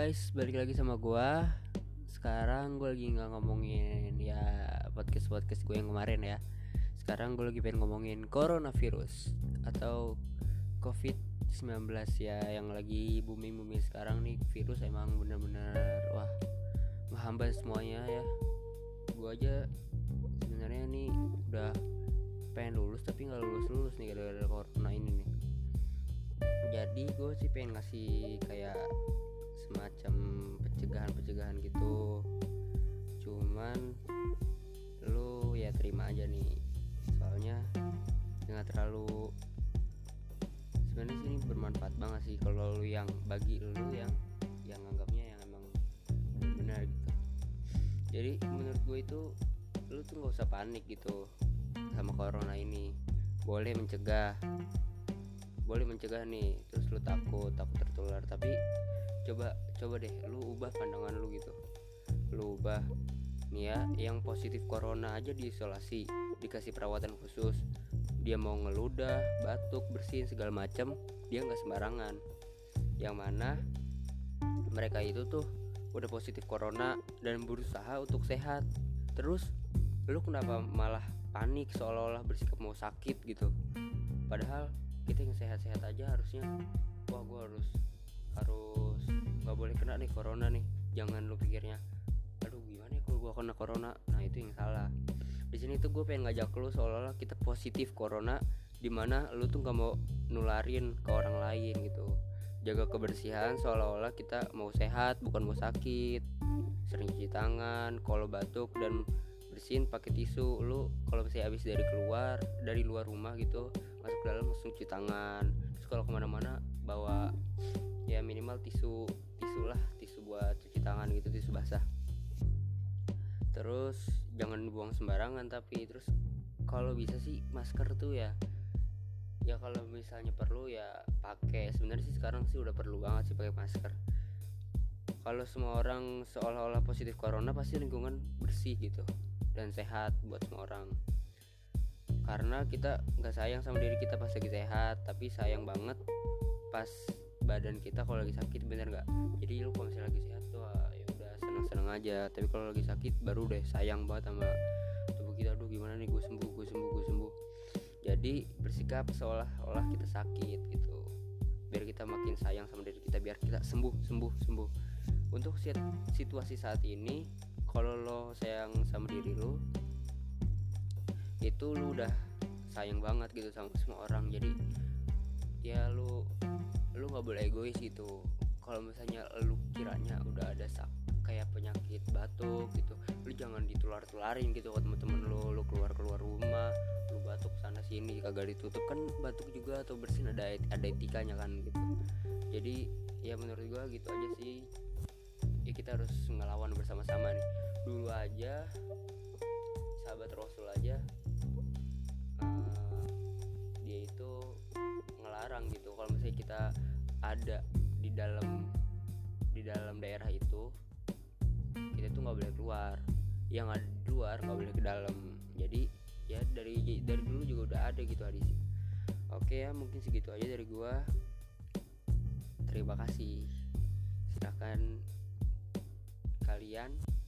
guys, balik lagi sama gua. Sekarang gue lagi nggak ngomongin ya podcast gue yang kemarin ya. Sekarang gue lagi pengen ngomongin coronavirus atau COVID-19 ya, yang lagi booming sekarang nih. Virus emang bener-bener wah menghambat semuanya ya. Gue aja sebenarnya nih udah pengen lulus tapi nggak lulus nih gara-gara corona ini nih. Jadi gue sih pengen ngasih kayak semacam pencegahan gitu, cuman lu ya terima aja nih, soalnya nggak terlalu, sebenarnya sih ini bermanfaat banget sih kalau lu yang bagi lu yang anggapnya yang emang benar gitu. Jadi menurut gue itu lu tuh nggak usah panik gitu sama corona ini. Boleh mencegah nih, terus lu takut tertular, tapi coba deh lu ubah pandangan lu gitu. Lu ubah nih ya, yang positif corona aja diisolasi, dikasih perawatan khusus. Dia mau ngeludah, batuk, bersin segala macam, dia nggak sembarangan. Yang mana mereka itu tuh udah positif corona dan berusaha untuk sehat. Terus lu kenapa malah panik seolah-olah bersikap mau sakit gitu? Padahal kita yang sehat-sehat aja harusnya, wah gue harus nggak boleh kena nih corona nih. Jangan lu pikirnya, aduh gimana ya kalau gue kena corona. Nah itu yang salah. Di sini tuh gue pengen ngajak lu seolah-olah kita positif corona, dimana lu tuh nggak mau nularin ke orang lain gitu. Jaga kebersihan seolah-olah kita mau sehat bukan mau sakit. Sering cuci tangan, kalau batuk dan bersin pakai tisu. Lu kalau misalnya habis dari luar rumah gitu, masuk dalam langsung cuci tangan. Terus kalau kemana-mana bawa ya minimal tisu buat cuci tangan gitu, tisu basah. Terus jangan buang sembarangan, tapi terus kalau bisa sih masker tuh ya kalau misalnya perlu ya pakai. Sebenarnya sih sekarang sih udah perlu banget sih pakai masker. Kalau semua orang seolah-olah positif corona, pasti lingkungan bersih gitu dan sehat buat semua orang. Karena kita nggak sayang sama diri kita pas lagi sehat, tapi sayang banget pas badan kita kalau lagi sakit, bener nggak? Jadi lu kalau misalnya lagi sehat tuh ya udah seneng-seneng aja, tapi kalau lagi sakit baru deh sayang banget sama tubuh kita. Aduh gimana nih, gue sembuh. Jadi bersikap seolah-olah kita sakit gitu, biar kita makin sayang sama diri kita, biar kita sembuh. Untuk situasi saat ini, kalau lo sayang sama diri lo, itu lu udah sayang banget gitu sama semua orang. Jadi ya lu nggak boleh egois gitu. Kalau misalnya lu kiranya udah ada kayak penyakit batuk gitu, lu jangan ditular-tularin gitu ke temen-temen lu keluar rumah, lu batuk sana sini kagak ditutup, kan batuk juga atau bersin ada etikanya kan gitu. Jadi ya menurut gua gitu aja sih ya, kita harus ngelawan bersama-sama nih. Dulu aja sahabat Rasul aja dia itu ngelarang gitu kalau misalnya kita ada di dalam daerah itu, kita tuh nggak boleh keluar, yang ada di luar nggak boleh ke dalam. Jadi ya dari dulu juga udah ada gitu hadis. Oke ya, mungkin segitu aja dari gua. Terima kasih. Silakan kalian